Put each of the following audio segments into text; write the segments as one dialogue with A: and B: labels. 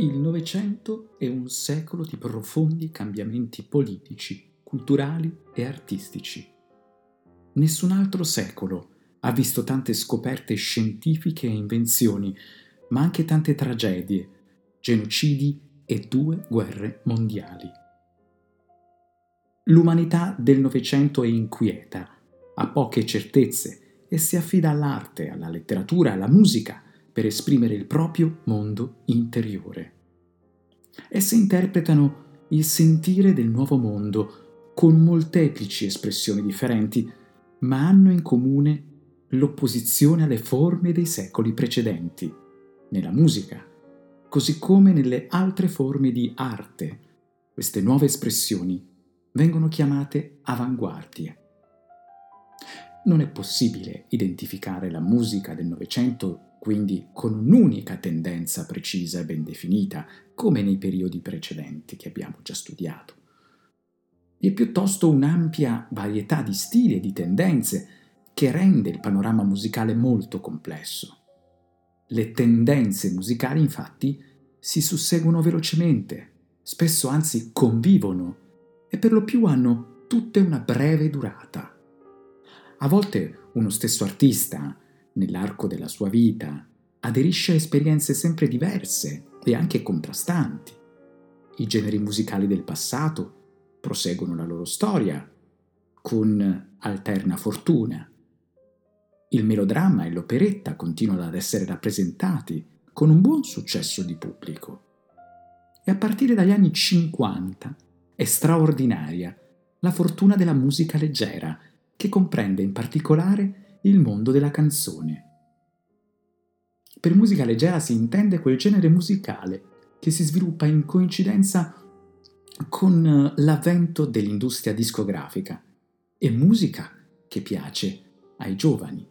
A: Il Novecento è un secolo di profondi cambiamenti politici, culturali e artistici. Nessun altro secolo ha visto tante scoperte scientifiche e invenzioni, ma anche tante tragedie, genocidi e 2 guerre mondiali. L'umanità del Novecento è inquieta, ha poche certezze e si affida all'arte, alla letteratura, alla musica per esprimere il proprio mondo interiore. Esse interpretano il sentire del nuovo mondo con molteplici espressioni differenti, ma hanno in comune l'opposizione alle forme dei secoli precedenti, nella musica, così come nelle altre forme di arte. Queste nuove espressioni vengono chiamate avanguardie. Non è possibile identificare la musica del Novecento quindi con un'unica tendenza precisa e ben definita, come nei periodi precedenti che abbiamo già studiato. Vi è piuttosto un'ampia varietà di stili e di tendenze che rende il panorama musicale molto complesso. Le tendenze musicali, infatti, si susseguono velocemente, spesso anzi convivono, e per lo più hanno tutte una breve durata. A volte uno stesso artista, nell'arco della sua vita, aderisce a esperienze sempre diverse e anche contrastanti. I generi musicali del passato proseguono la loro storia con alterna fortuna. Il melodramma e l'operetta continuano ad essere rappresentati con un buon successo di pubblico. E a partire dagli anni 50 è straordinaria la fortuna della musica leggera, che comprende in particolare il mondo della canzone. Per musica leggera si intende quel genere musicale che si sviluppa in coincidenza con l'avvento dell'industria discografica e musica che piace ai giovani.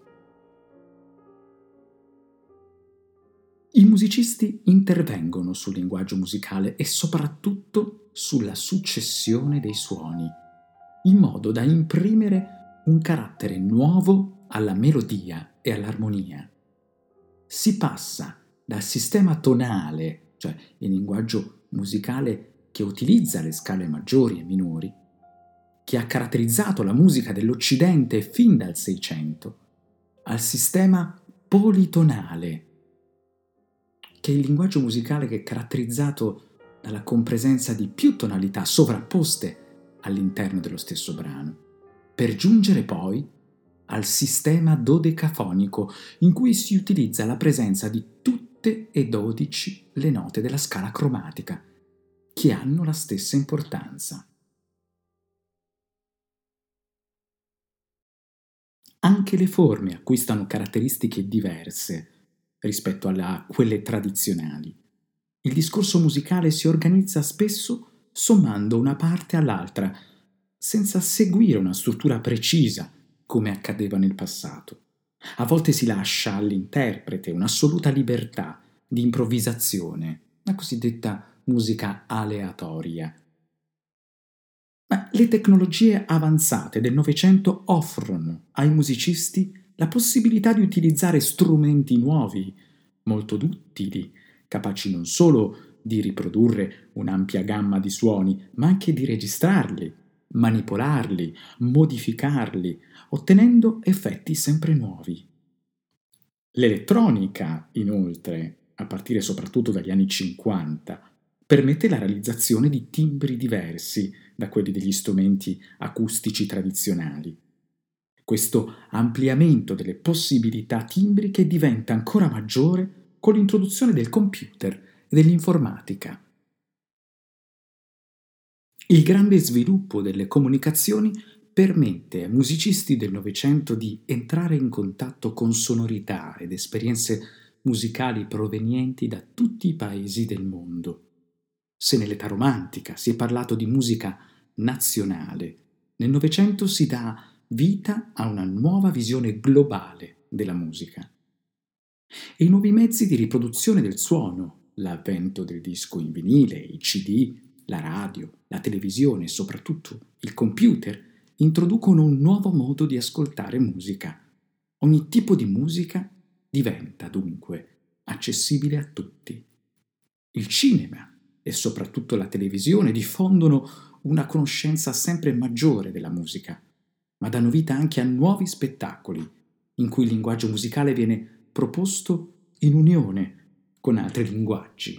A: I musicisti intervengono sul linguaggio musicale e soprattutto sulla successione dei suoni, in modo da imprimere un carattere nuovo alla melodia e all'armonia. Si passa dal sistema tonale, cioè il linguaggio musicale che utilizza le scale maggiori e minori, che ha caratterizzato la musica dell'Occidente fin dal Seicento, al sistema politonale, che è il linguaggio musicale che è caratterizzato dalla compresenza di più tonalità sovrapposte all'interno dello stesso brano, per giungere poi al sistema dodecafonico, in cui si utilizza la presenza di tutte e 12 le note della scala cromatica, che hanno la stessa importanza. Anche le forme acquistano caratteristiche diverse rispetto a quelle tradizionali. Il discorso musicale si organizza spesso sommando una parte all'altra, senza seguire una struttura precisa, come accadeva nel passato. A volte si lascia all'interprete un'assoluta libertà di improvvisazione, la cosiddetta musica aleatoria. Ma le tecnologie avanzate del Novecento offrono ai musicisti la possibilità di utilizzare strumenti nuovi, molto duttili, capaci non solo di riprodurre un'ampia gamma di suoni, ma anche di registrarli, manipolarli, modificarli, ottenendo effetti sempre nuovi. L'elettronica, inoltre, a partire soprattutto dagli anni 50, permette la realizzazione di timbri diversi da quelli degli strumenti acustici tradizionali. Questo ampliamento delle possibilità timbriche diventa ancora maggiore con l'introduzione del computer e dell'informatica. Il grande sviluppo delle comunicazioni permette ai musicisti del Novecento di entrare in contatto con sonorità ed esperienze musicali provenienti da tutti i paesi del mondo. Se nell'età romantica si è parlato di musica nazionale, nel Novecento si dà vita a una nuova visione globale della musica. E i nuovi mezzi di riproduzione del suono, l'avvento del disco in vinile, i CD, la radio, la televisione e soprattutto il computer, introducono un nuovo modo di ascoltare musica. Ogni tipo di musica diventa dunque accessibile a tutti. Il cinema e soprattutto la televisione diffondono una conoscenza sempre maggiore della musica, ma danno vita anche a nuovi spettacoli, in cui il linguaggio musicale viene proposto in unione con altri linguaggi.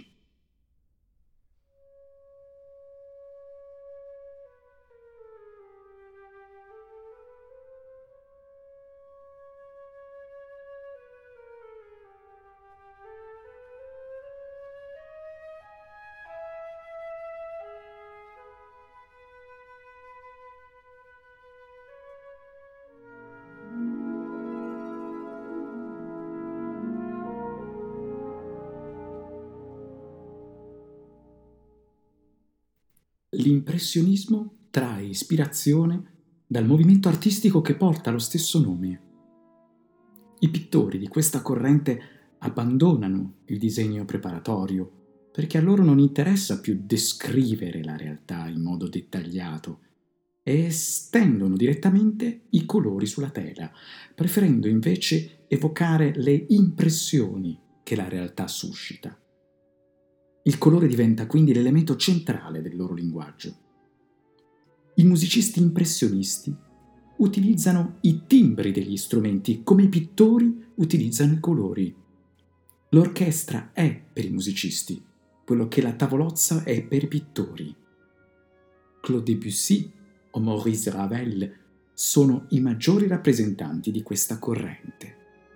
A: L'impressionismo trae ispirazione dal movimento artistico che porta lo stesso nome. I pittori di questa corrente abbandonano il disegno preparatorio perché a loro non interessa più descrivere la realtà in modo dettagliato e stendono direttamente i colori sulla tela, preferendo invece evocare le impressioni che la realtà suscita. Il colore diventa quindi l'elemento centrale del loro linguaggio. I musicisti impressionisti utilizzano i timbri degli strumenti come i pittori utilizzano i colori. L'orchestra è per i musicisti quello che la tavolozza è per i pittori. Claude Debussy o Maurice Ravel sono i maggiori rappresentanti di questa corrente.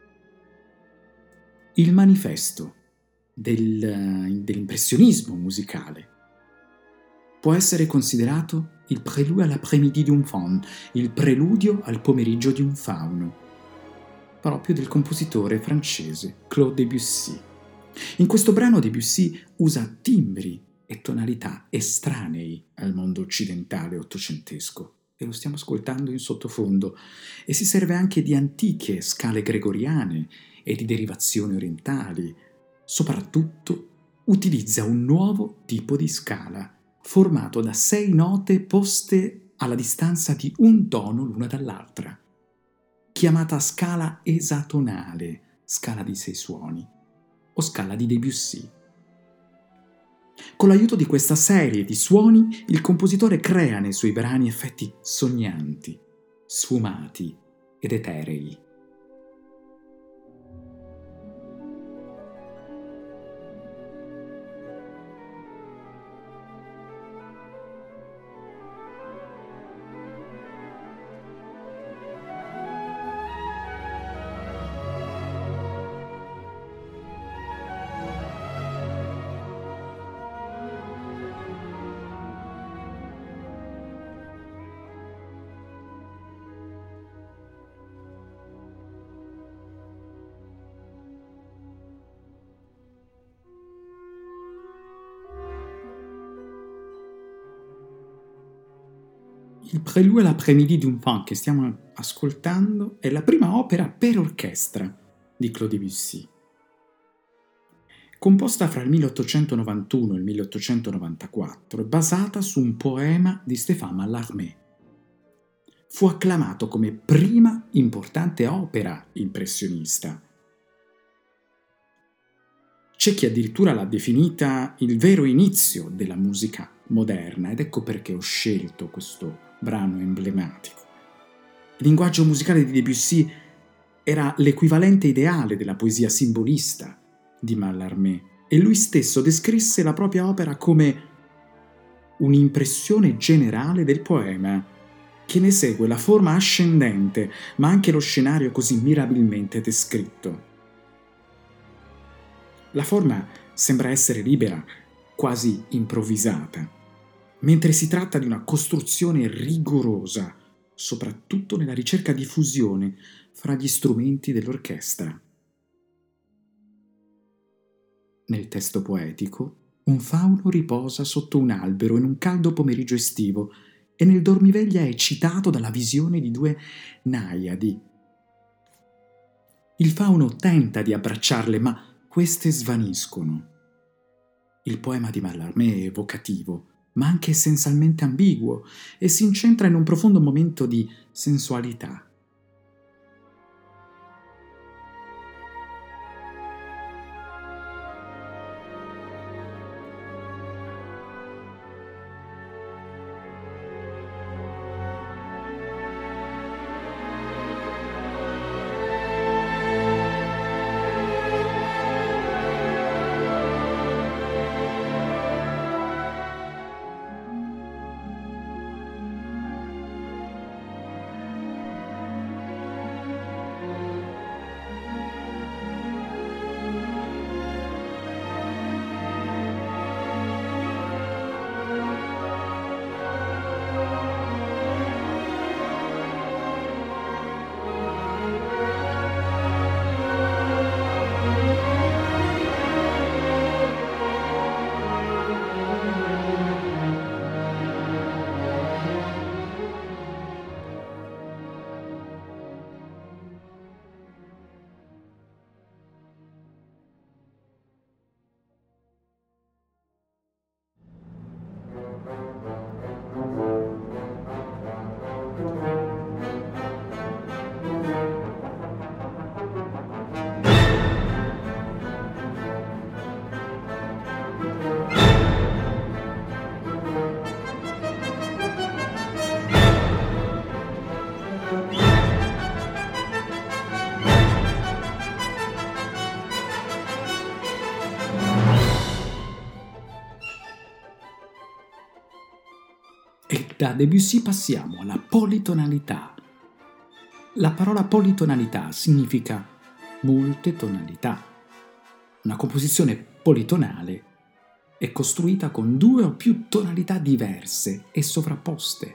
A: Il manifesto dell'impressionismo musicale può essere considerato il prélude à l'après-midi d'un faun, il preludio al pomeriggio di un fauno, proprio del compositore francese Claude Debussy. In questo brano Debussy usa timbri e tonalità estranei al mondo occidentale ottocentesco, e lo stiamo ascoltando in sottofondo, e si serve anche di antiche scale gregoriane e di derivazioni orientali. Soprattutto utilizza un nuovo tipo di scala, formato da 6 note poste alla distanza di un tono l'una dall'altra, chiamata scala esatonale, scala di 6 suoni, o scala di Debussy. Con l'aiuto di questa serie di suoni, il compositore crea nei suoi brani effetti sognanti, sfumati ed eterei. Il prélude à l'après-midi d'un faun che stiamo ascoltando è la prima opera per orchestra di Claude Debussy. Composta fra il 1891 e il 1894, basata su un poema di Stéphane Mallarmé. Fu acclamato come prima importante opera impressionista. C'è chi addirittura l'ha definita il vero inizio della musica moderna, ed ecco perché ho scelto questo brano emblematico. Il linguaggio musicale di Debussy era l'equivalente ideale della poesia simbolista di Mallarmé, e lui stesso descrisse la propria opera come un'impressione generale del poema, che ne segue la forma ascendente, ma anche lo scenario così mirabilmente descritto. La forma sembra essere libera, quasi improvvisata, mentre si tratta di una costruzione rigorosa, soprattutto nella ricerca di fusione fra gli strumenti dell'orchestra. Nel testo poetico, un fauno riposa sotto un albero in un caldo pomeriggio estivo e nel dormiveglia è eccitato dalla visione di 2 naiadi. Il fauno tenta di abbracciarle, ma queste svaniscono. Il poema di Mallarmé è evocativo, ma anche essenzialmente ambiguo, e si incentra in un profondo momento di sensualità. E da Debussy passiamo alla politonalità. La parola politonalità significa molte tonalità. Una composizione politonale è costruita con 2 o più tonalità diverse e sovrapposte.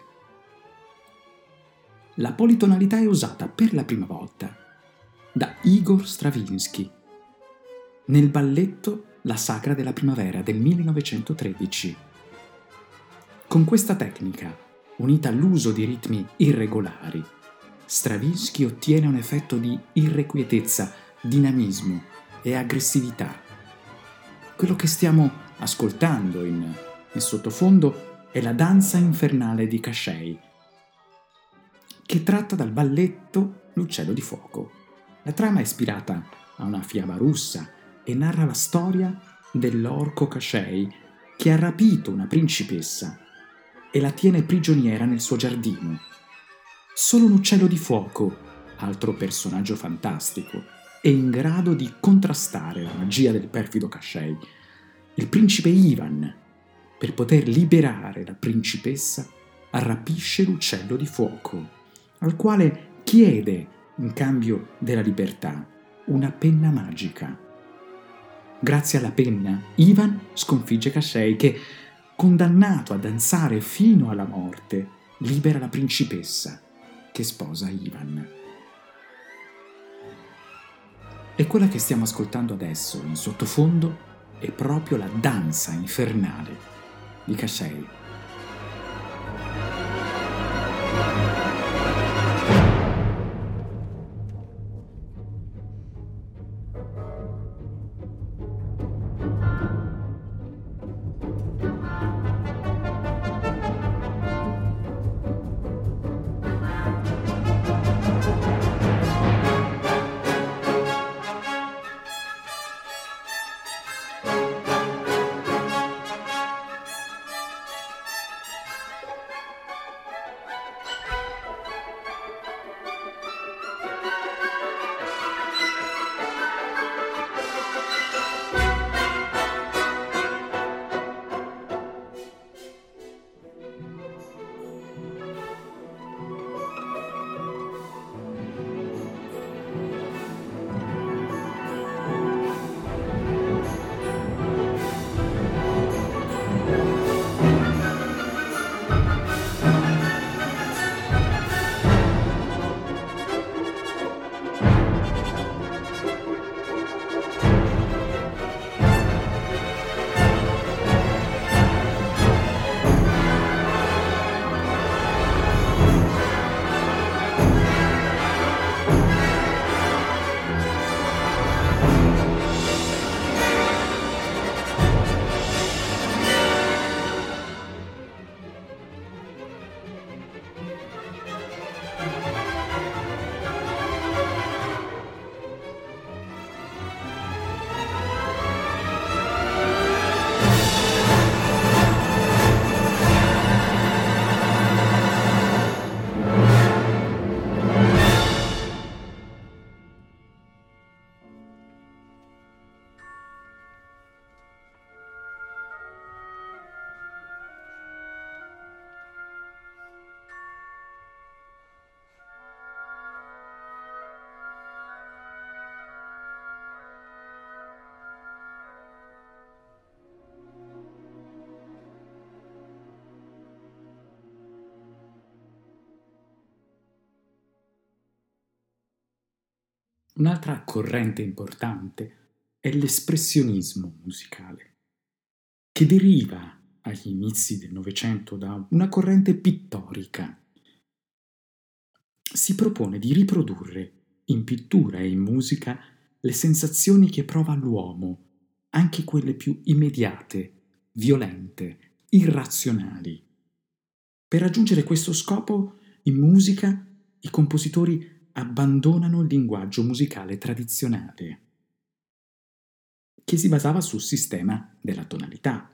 A: La politonalità è usata per la prima volta da Igor Stravinsky nel balletto La Sagra della Primavera del 1913. Con questa tecnica, unita all'uso di ritmi irregolari, Stravinsky ottiene un effetto di irrequietezza, dinamismo e aggressività. Quello che stiamo ascoltando in sottofondo è la danza infernale di Cacciai, che tratta dal balletto L'Uccello di Fuoco. La trama è ispirata a una fiaba russa e narra la storia dell'orco Cacciai che ha rapito una principessa e la tiene prigioniera nel suo giardino. Solo l'Uccello di Fuoco, altro personaggio fantastico, è in grado di contrastare la magia del perfido Cacciai. Il principe Ivan, per poter liberare la principessa, rapisce l'Uccello di Fuoco, al quale chiede, in cambio della libertà, una penna magica. Grazie alla penna, Ivan sconfigge Cacciai che, condannato a danzare fino alla morte, libera la principessa che sposa Ivan. E quella che stiamo ascoltando adesso in sottofondo è proprio la danza infernale di Cacciai. Un'altra corrente importante è l'espressionismo musicale, che deriva agli inizi del Novecento da una corrente pittorica. Si propone di riprodurre in pittura e in musica le sensazioni che prova l'uomo, anche quelle più immediate, violente, irrazionali. Per raggiungere questo scopo, in musica, i compositori abbandonano il linguaggio musicale tradizionale, che si basava sul sistema della tonalità,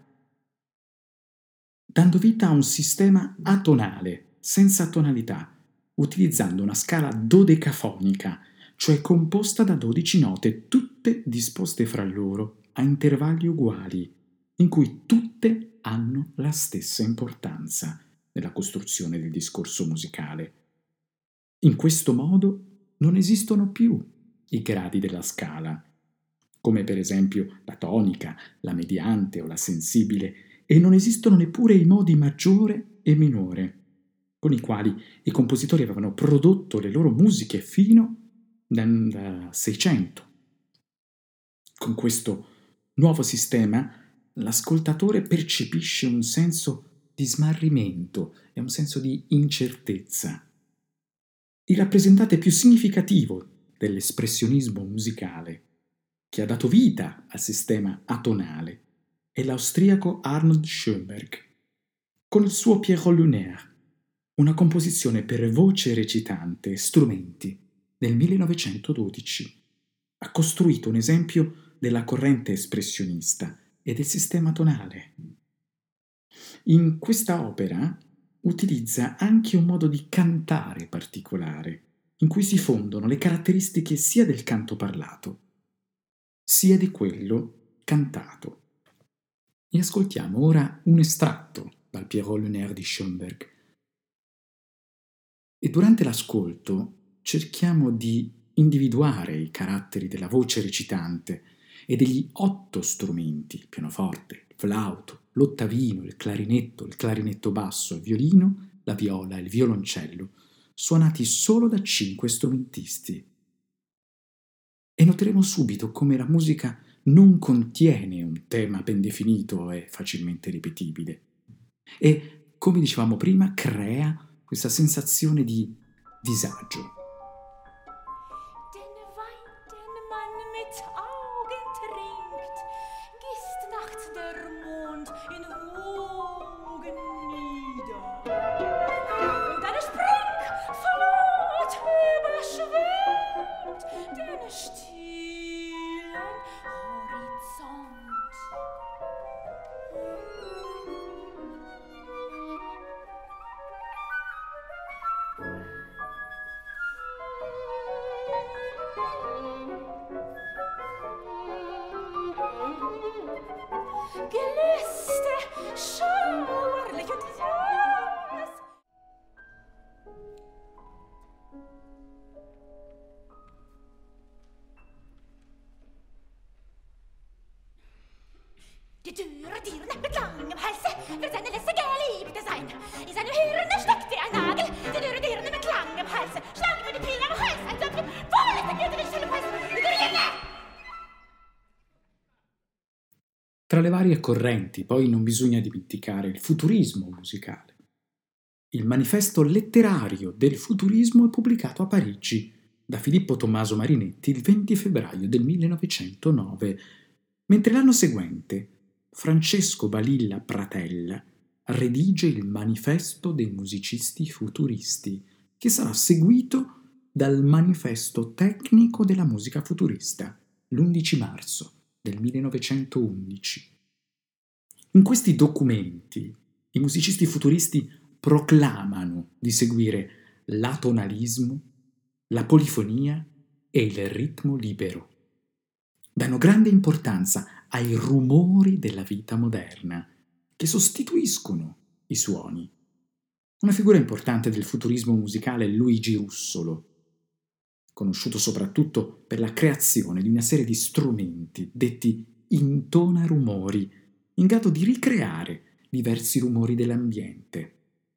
A: dando vita a un sistema atonale, senza tonalità, utilizzando una scala dodecafonica, cioè composta da 12 note, tutte disposte fra loro a intervalli uguali, in cui tutte hanno la stessa importanza. nella costruzione del discorso musicale. In questo modo non esistono più i gradi della scala, come per esempio la tonica, la mediante o la sensibile, e non esistono neppure i modi maggiore e minore, con i quali i compositori avevano prodotto le loro musiche fino dal 600. Con questo nuovo sistema l'ascoltatore percepisce un senso di smarrimento e un senso di incertezza. Il rappresentante più significativo dell'espressionismo musicale, che ha dato vita al sistema atonale, è l'austriaco Arnold Schoenberg, con il suo Pierrot Lunaire, una composizione per voce recitante e strumenti del 1912. Ha costruito un esempio della corrente espressionista e del sistema tonale. In questa opera utilizza anche un modo di cantare particolare, in cui si fondono le caratteristiche sia del canto parlato, sia di quello cantato. E ascoltiamo ora un estratto dal Pierrot Lunaire di Schoenberg. E durante l'ascolto cerchiamo di individuare i caratteri della voce recitante e degli 8 strumenti, il pianoforte, il flauto, l'ottavino, il clarinetto basso, il violino, la viola e il violoncello, suonati solo da 5 strumentisti. E noteremo subito come la musica non contiene un tema ben definito e facilmente ripetibile. E, come dicevamo prima, crea questa sensazione di disagio.
B: Gelüste, schauerlich und süß. Die Dürre mit langem Halse wird seine lässige Geliebte sein. In seinem Hirne steckt wie ein Nagel, die Dürre mit langem Halse. Schlag über die Pille am Hals, ein Söpfchen, voll ist der Gitte, die Stille Preis, die Dürre.
A: Tra le varie correnti, poi, non bisogna dimenticare il futurismo musicale. Il manifesto letterario del futurismo è pubblicato a Parigi da Filippo Tommaso Marinetti il 20 febbraio del 1909, mentre l'anno seguente Francesco Balilla Pratella redige il Manifesto dei musicisti futuristi, che sarà seguito dal Manifesto tecnico della musica futurista, l'11 marzo del 1911. In questi documenti i musicisti futuristi proclamano di seguire l'atonalismo, la polifonia e il ritmo libero. Danno grande importanza ai rumori della vita moderna, che sostituiscono i suoni. Una figura importante del futurismo musicale è Luigi Russolo, conosciuto soprattutto per la creazione di una serie di strumenti detti intonarumori, in grado di ricreare diversi rumori dell'ambiente.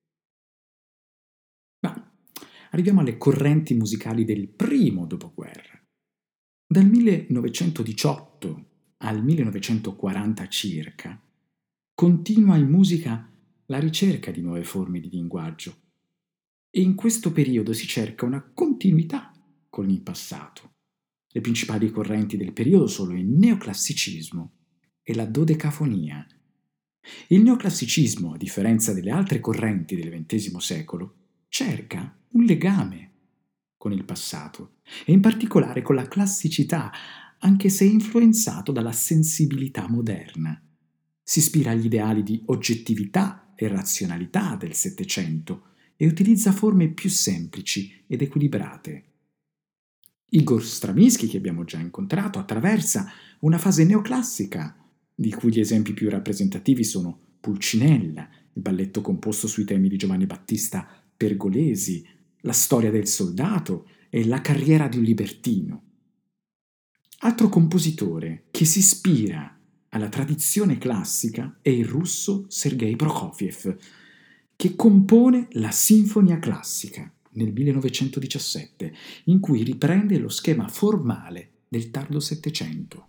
A: Ma arriviamo alle correnti musicali del primo dopoguerra. Dal 1918 al 1940 circa continua in musica la ricerca di nuove forme di linguaggio e in questo periodo si cerca una continuità con il passato. Le principali correnti del periodo sono il neoclassicismo e la dodecafonia. Il neoclassicismo, a differenza delle altre correnti del XX secolo, cerca un legame con il passato e in particolare con la classicità, anche se influenzato dalla sensibilità moderna. Si ispira agli ideali di oggettività e razionalità del Settecento e utilizza forme più semplici ed equilibrate. Igor Stravinsky, che abbiamo già incontrato, attraversa una fase neoclassica, di cui gli esempi più rappresentativi sono Pulcinella il balletto composto sui temi di Giovanni Battista Pergolesi, la storia del soldato e la carriera di un libertino. Altro compositore che si ispira alla tradizione classica è il russo Sergei Prokofiev, che compone la Sinfonia classica nel 1917, in cui riprende lo schema formale del tardo Settecento.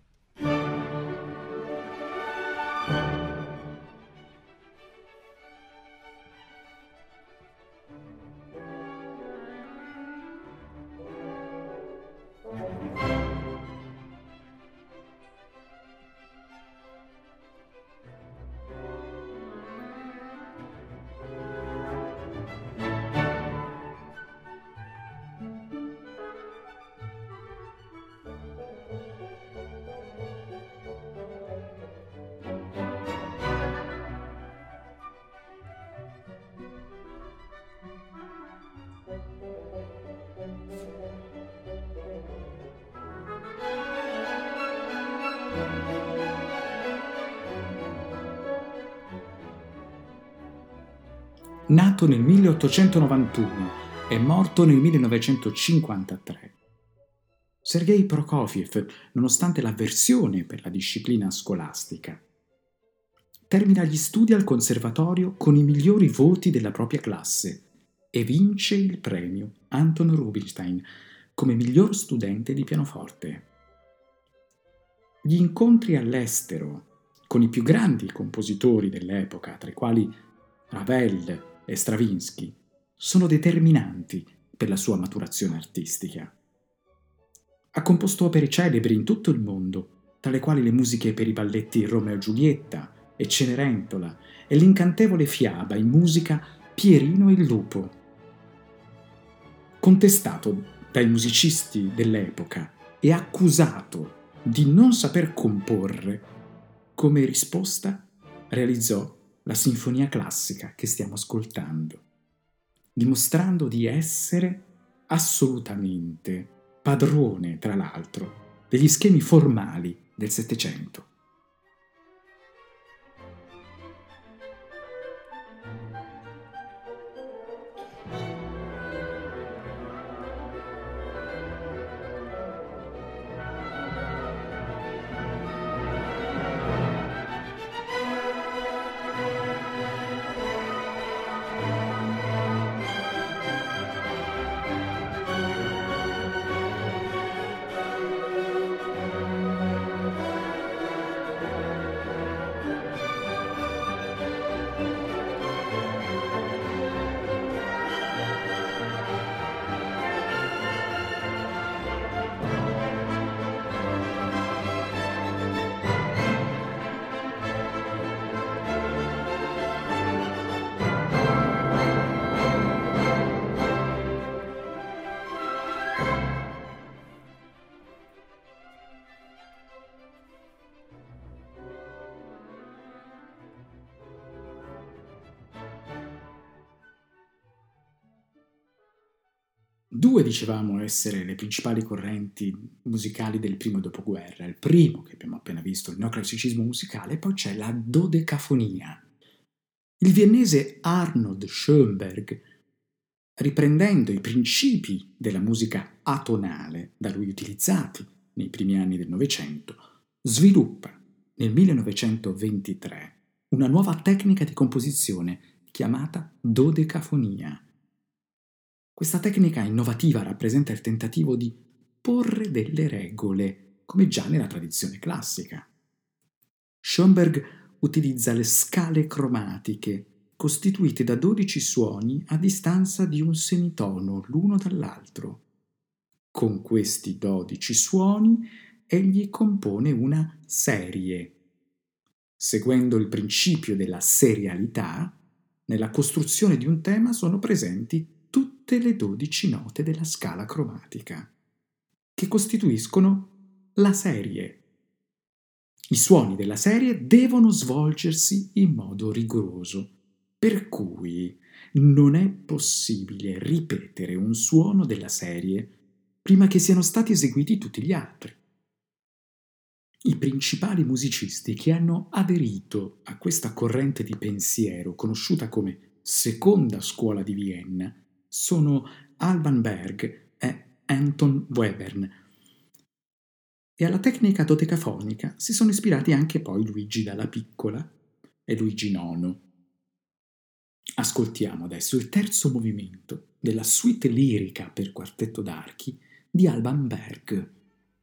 A: Nato nel 1891 e morto nel 1953. Sergei Prokofiev, nonostante l'avversione per la disciplina scolastica, termina gli studi al conservatorio con i migliori voti della propria classe e vince il premio Anton Rubinstein come miglior studente di pianoforte. Gli incontri all'estero con i più grandi compositori dell'epoca, tra i quali Ravel e Stravinsky, sono determinanti per la sua maturazione artistica. Ha composto opere celebri in tutto il mondo, tra le quali le musiche per i balletti Romeo e Giulietta e Cenerentola e l'incantevole fiaba in musica Pierino e il lupo. Contestato dai musicisti dell'epoca e accusato di non saper comporre, come risposta realizzò la sinfonia classica che stiamo ascoltando, dimostrando di essere assolutamente padrone, tra l'altro, degli schemi formali del Settecento. Due dicevamo essere le principali correnti musicali del primo dopoguerra. Il primo, che abbiamo appena visto, il neoclassicismo musicale, e poi c'è la dodecafonia. Il viennese Arnold Schoenberg, riprendendo i principi della musica atonale da lui utilizzati nei primi anni del Novecento, sviluppa nel 1923 una nuova tecnica di composizione chiamata dodecafonia. Questa tecnica innovativa rappresenta il tentativo di porre delle regole, come già nella tradizione classica. Schoenberg utilizza le scale cromatiche, costituite da 12 suoni a distanza di un semitono l'uno dall'altro. Con questi 12 suoni egli compone una serie. Seguendo il principio della serialità, nella costruzione di un tema sono presenti tutte le 12 note della scala cromatica, che costituiscono la serie. I suoni della serie devono svolgersi in modo rigoroso, per cui non è possibile ripetere un suono della serie prima che siano stati eseguiti tutti gli altri. I principali musicisti che hanno aderito a questa corrente di pensiero, conosciuta come Seconda Scuola di Vienna, sono Alban Berg e Anton Webern. E alla tecnica dodecafonica si sono ispirati anche poi Luigi Dalla Piccola e Luigi Nono. Ascoltiamo adesso il terzo movimento della suite lirica per quartetto d'archi di Alban Berg.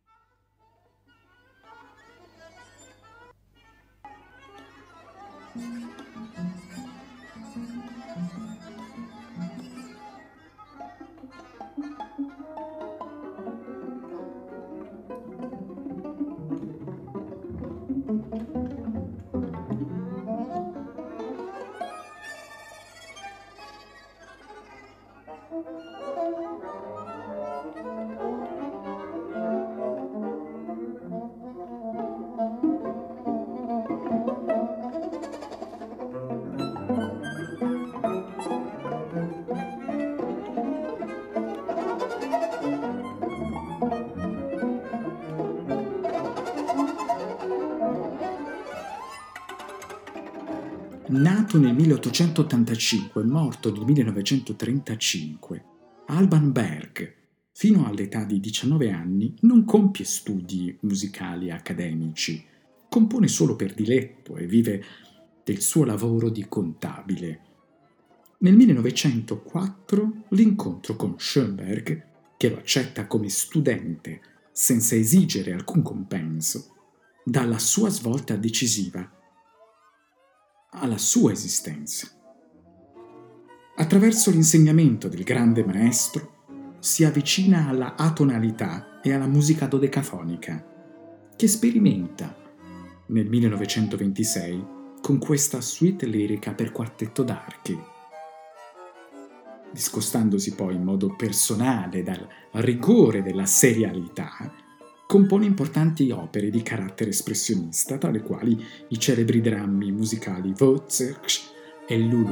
A: Nato nel 1885 e morto nel 1935, Alban Berg, fino all'età di 19 anni, non compie studi musicali accademici, compone solo per diletto e vive del suo lavoro di contabile. Nel 1904 l'incontro con Schoenberg, che lo accetta come studente senza esigere alcun compenso, dà la sua svolta decisiva alla sua esistenza. Attraverso l'insegnamento del grande maestro si avvicina alla atonalità e alla musica dodecafonica, che sperimenta nel 1926 con questa suite lirica per quartetto d'archi. Discostandosi poi in modo personale dal rigore della serialità, compone importanti opere di carattere espressionista, tra le quali i celebri drammi musicali Wozzeck e Lulu.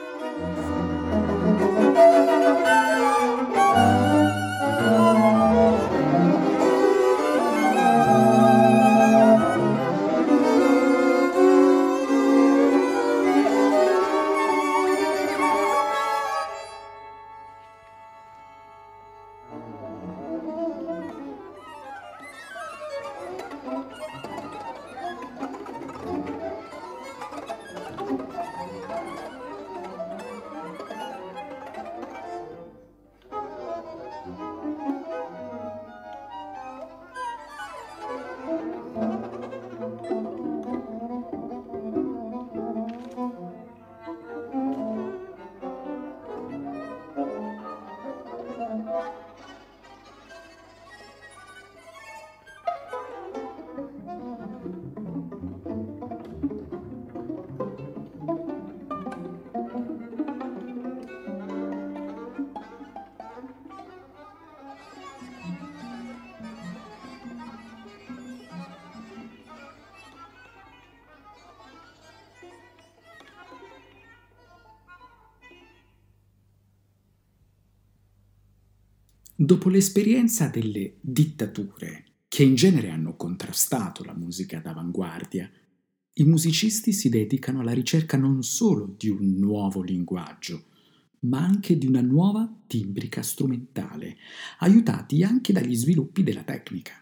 A: Dopo l'esperienza delle dittature, che in genere hanno contrastato la musica d'avanguardia, i musicisti si dedicano alla ricerca non solo di un nuovo linguaggio, ma anche di una nuova timbrica strumentale, aiutati anche dagli sviluppi della tecnica.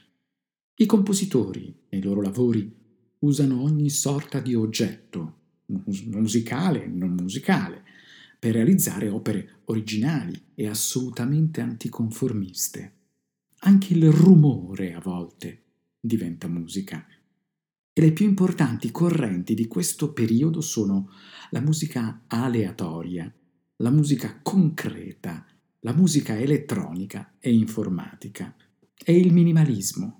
A: I compositori, nei loro lavori, usano ogni sorta di oggetto, musicale e non musicale, per realizzare opere originali e assolutamente anticonformiste. Anche il rumore, a volte, diventa musica. E le più importanti correnti di questo periodo sono la musica aleatoria, la musica concreta, la musica elettronica e informatica e il minimalismo.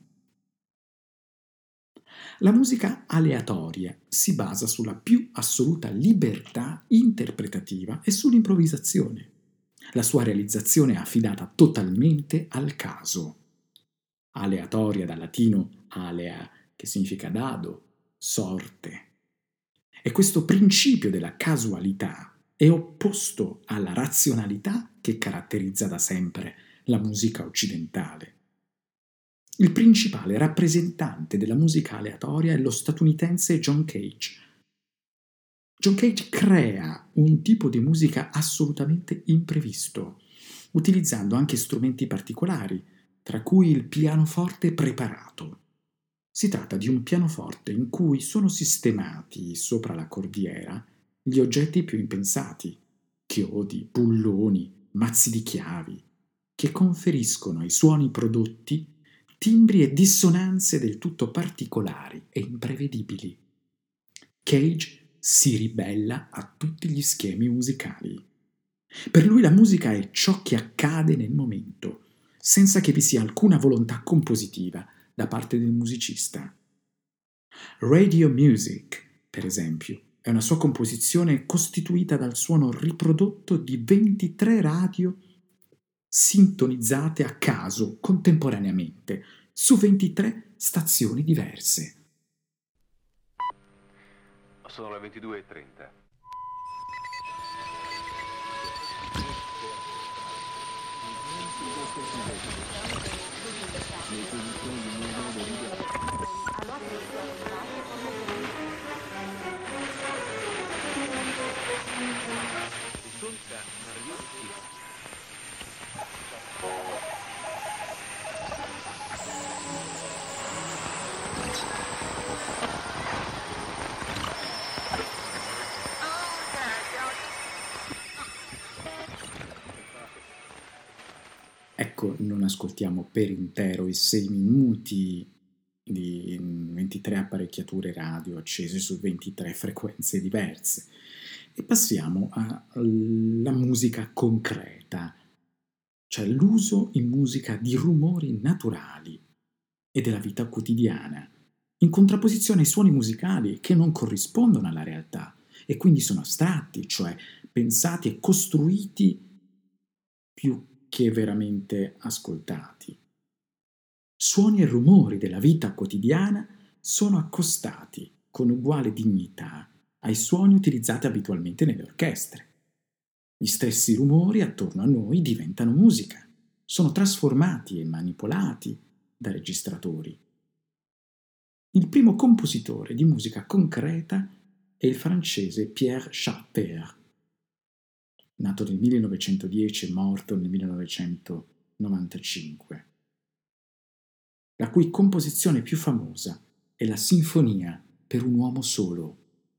A: La musica aleatoria si basa sulla più assoluta libertà interpretativa e sull'improvvisazione. La sua realizzazione è affidata totalmente al caso. Aleatoria dal latino alea, che significa dado, sorte. E questo principio della casualità è opposto alla razionalità che caratterizza da sempre la musica occidentale. Il principale rappresentante della musica aleatoria è lo statunitense John Cage. John Cage crea un tipo di musica assolutamente imprevisto, utilizzando anche strumenti particolari, tra cui il pianoforte preparato. Si tratta di un pianoforte in cui sono sistemati sopra la cordiera gli oggetti più impensati, chiodi, bulloni, mazzi di chiavi, che conferiscono ai suoni prodotti timbri e dissonanze del tutto particolari e imprevedibili. Cage si ribella a tutti gli schemi musicali. Per lui la musica è ciò che accade nel momento, senza che vi sia alcuna volontà compositiva da parte del musicista. Radio Music, per esempio, è una sua composizione costituita dal suono riprodotto di 23 radio sintonizzate a caso contemporaneamente su 23 stazioni diverse.
C: Sono le 22:30.
A: Ecco, non ascoltiamo per intero i 6 minuti di 23 apparecchiature radio accese su 23 frequenze diverse e passiamo alla musica concreta, cioè l'uso in musica di rumori naturali e della vita quotidiana, in contrapposizione ai suoni musicali che non corrispondono alla realtà e quindi sono astratti, cioè pensati e costruiti più che veramente ascoltati. Suoni e rumori della vita quotidiana sono accostati con uguale dignità ai suoni utilizzati abitualmente nelle orchestre. Gli stessi rumori attorno a noi diventano musica, sono trasformati e manipolati da registratori. Il primo compositore di musica concreta è il francese Pierre Charpeur, nato nel 1910 e morto nel 1995, la cui composizione più famosa è la Sinfonia per un uomo solo.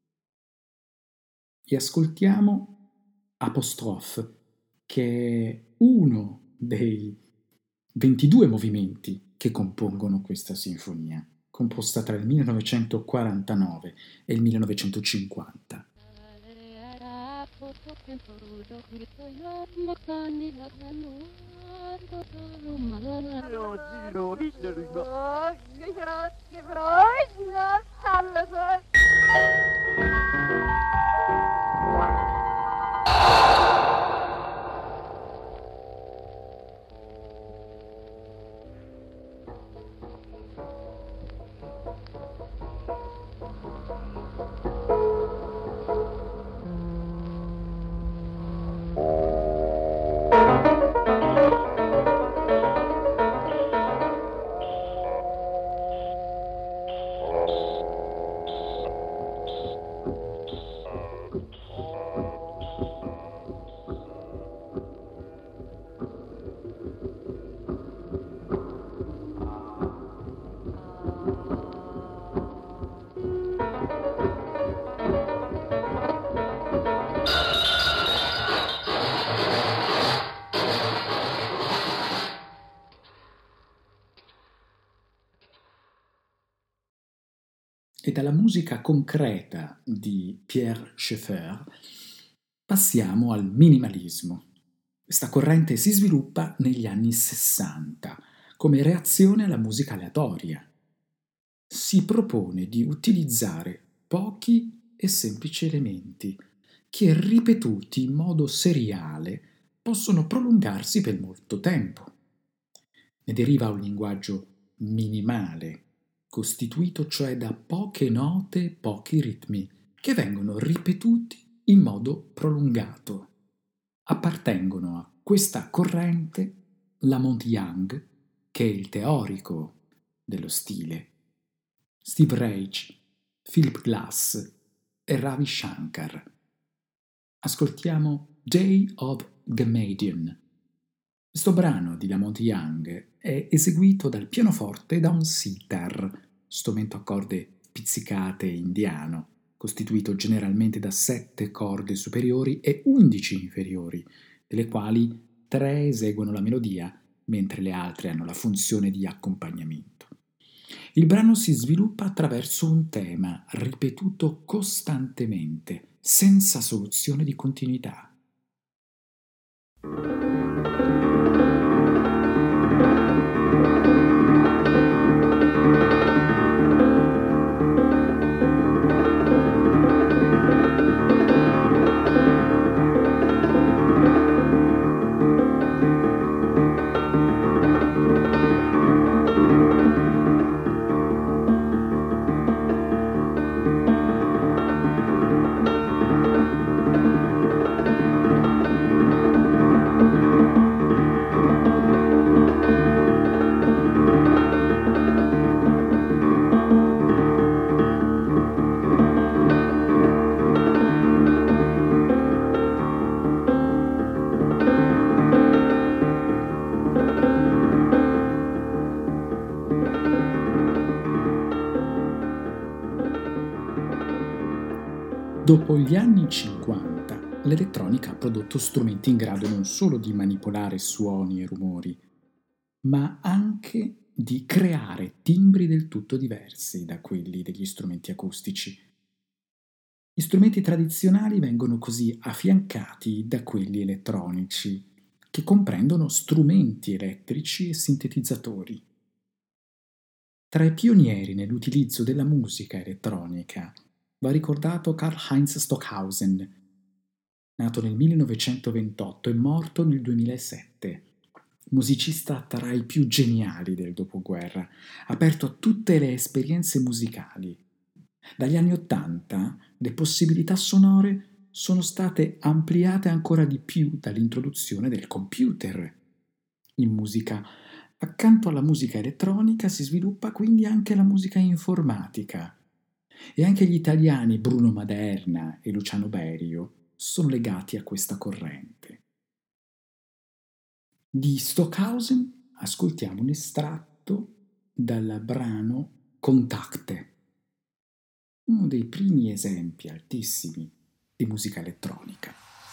A: E ascoltiamo Apostrophe, che è uno dei 22 movimenti che compongono questa sinfonia, composta tra il 1949 e il 1950. E dalla musica concreta di Pierre Schaeffer passiamo al minimalismo. Questa corrente si sviluppa negli anni 60 come reazione alla musica aleatoria. Si propone di utilizzare pochi e semplici elementi che, ripetuti in modo seriale, possono prolungarsi per molto tempo. Ne deriva un linguaggio minimale, costituito cioè da poche note e pochi ritmi, che vengono ripetuti in modo prolungato. Appartengono a questa corrente Lamont Young, che è il teorico dello stile. Steve Reich, Philip Glass e Ravi Shankar. Ascoltiamo Day of Gamadion. Questo brano di Lamont Young è eseguito dal pianoforte e da un sitar, strumento a corde pizzicate indiano, costituito generalmente da 7 corde superiori e 11 inferiori, delle quali 3 eseguono la melodia, mentre le altre hanno la funzione di accompagnamento. Il brano si sviluppa attraverso un tema ripetuto costantemente, senza soluzione di continuità. Dopo gli anni 50, l'elettronica ha prodotto strumenti in grado non solo di manipolare suoni e rumori, ma anche di creare timbri del tutto diversi da quelli degli strumenti acustici. Gli strumenti tradizionali vengono così affiancati da quelli elettronici, che comprendono strumenti elettrici e sintetizzatori. Tra i pionieri nell'utilizzo della musica elettronica va ricordato Karl-Heinz Stockhausen, nato nel 1928 e morto nel 2007, musicista tra i più geniali del dopoguerra, aperto a tutte le esperienze musicali. Dagli anni '80 le possibilità sonore sono state ampliate ancora di più dall'introduzione del computer. In musica, accanto alla musica elettronica, si sviluppa quindi anche la musica informatica. E anche gli italiani Bruno Maderna e Luciano Berio sono legati a questa corrente. Di Stockhausen ascoltiamo un estratto dal brano Kontakte, uno dei primi esempi altissimi di musica elettronica.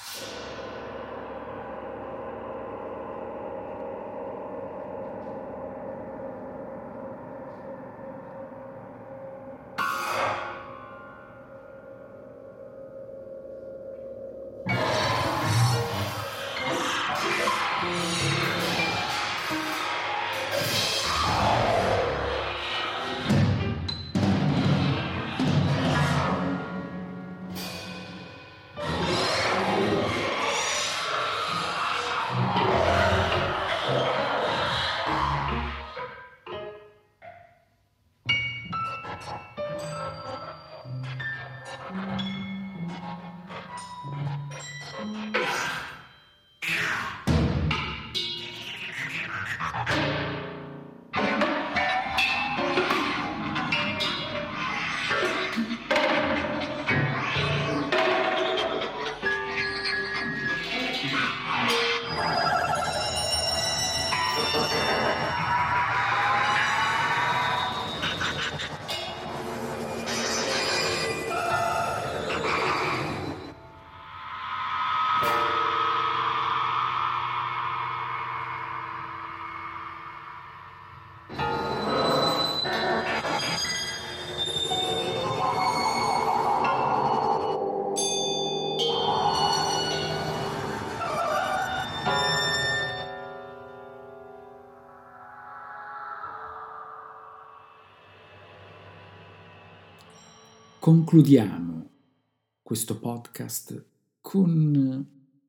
A: Concludiamo questo podcast con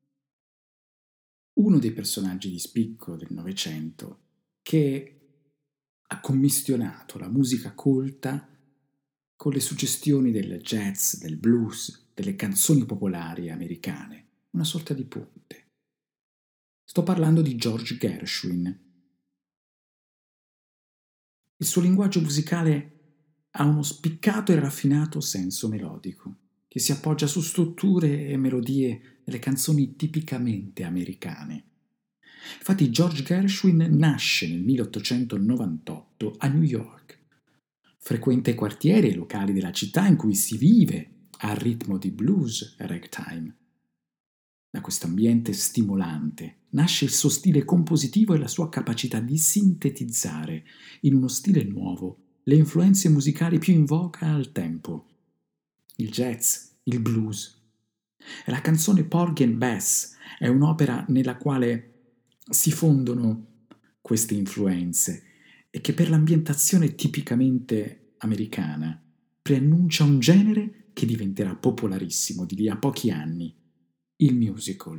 A: uno dei personaggi di spicco del Novecento che ha commissionato la musica colta con le suggestioni del jazz, del blues, delle canzoni popolari americane, una sorta di ponte. Sto parlando di George Gershwin. Il suo linguaggio musicale ha uno spiccato e raffinato senso melodico, che si appoggia su strutture e melodie delle canzoni tipicamente americane. Infatti George Gershwin nasce nel 1898 a New York. Frequenta i quartieri e i locali della città in cui si vive al ritmo di blues e ragtime. Da questo ambiente stimolante nasce il suo stile compositivo e la sua capacità di sintetizzare in uno stile nuovo le influenze musicali più in voga al tempo. Il jazz, il blues. E la canzone Porgy and Bess è un'opera nella quale si fondono queste influenze e che per l'ambientazione tipicamente americana preannuncia un genere che diventerà popolarissimo di lì a pochi anni, il musical.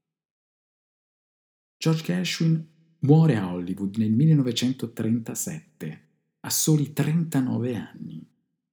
A: George Gershwin muore a Hollywood nel 1937, a soli 39 anni.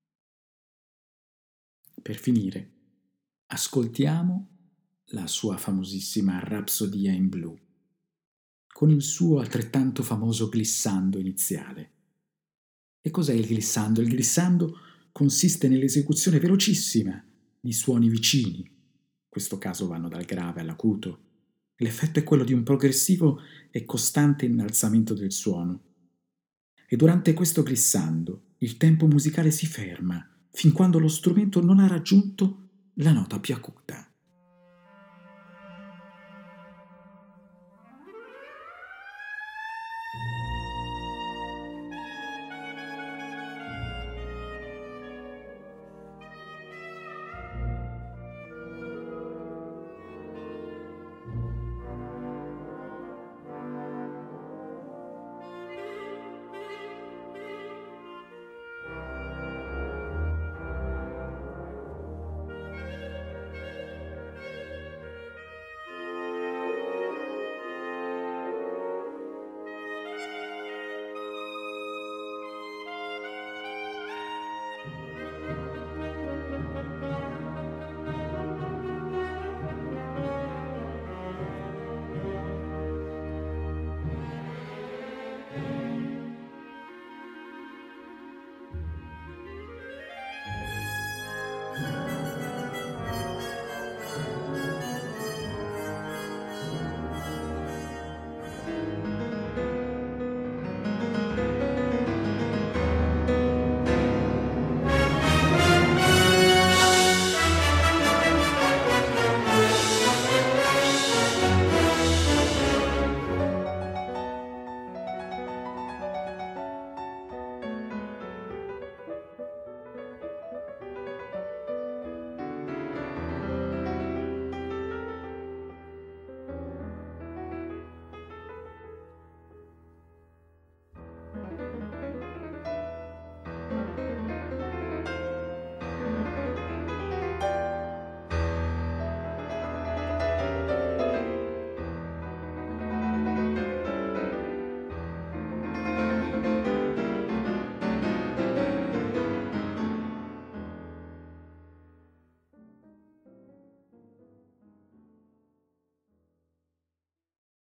A: Per finire, ascoltiamo la sua famosissima Rapsodia in blu, con il suo altrettanto famoso glissando iniziale. E cos'è il glissando? Il glissando consiste nell'esecuzione velocissima di suoni vicini. In questo caso vanno dal grave all'acuto. L'effetto è quello di un progressivo e costante innalzamento del suono. E durante questo glissando il tempo musicale si ferma fin quando lo strumento non ha raggiunto la nota più acuta.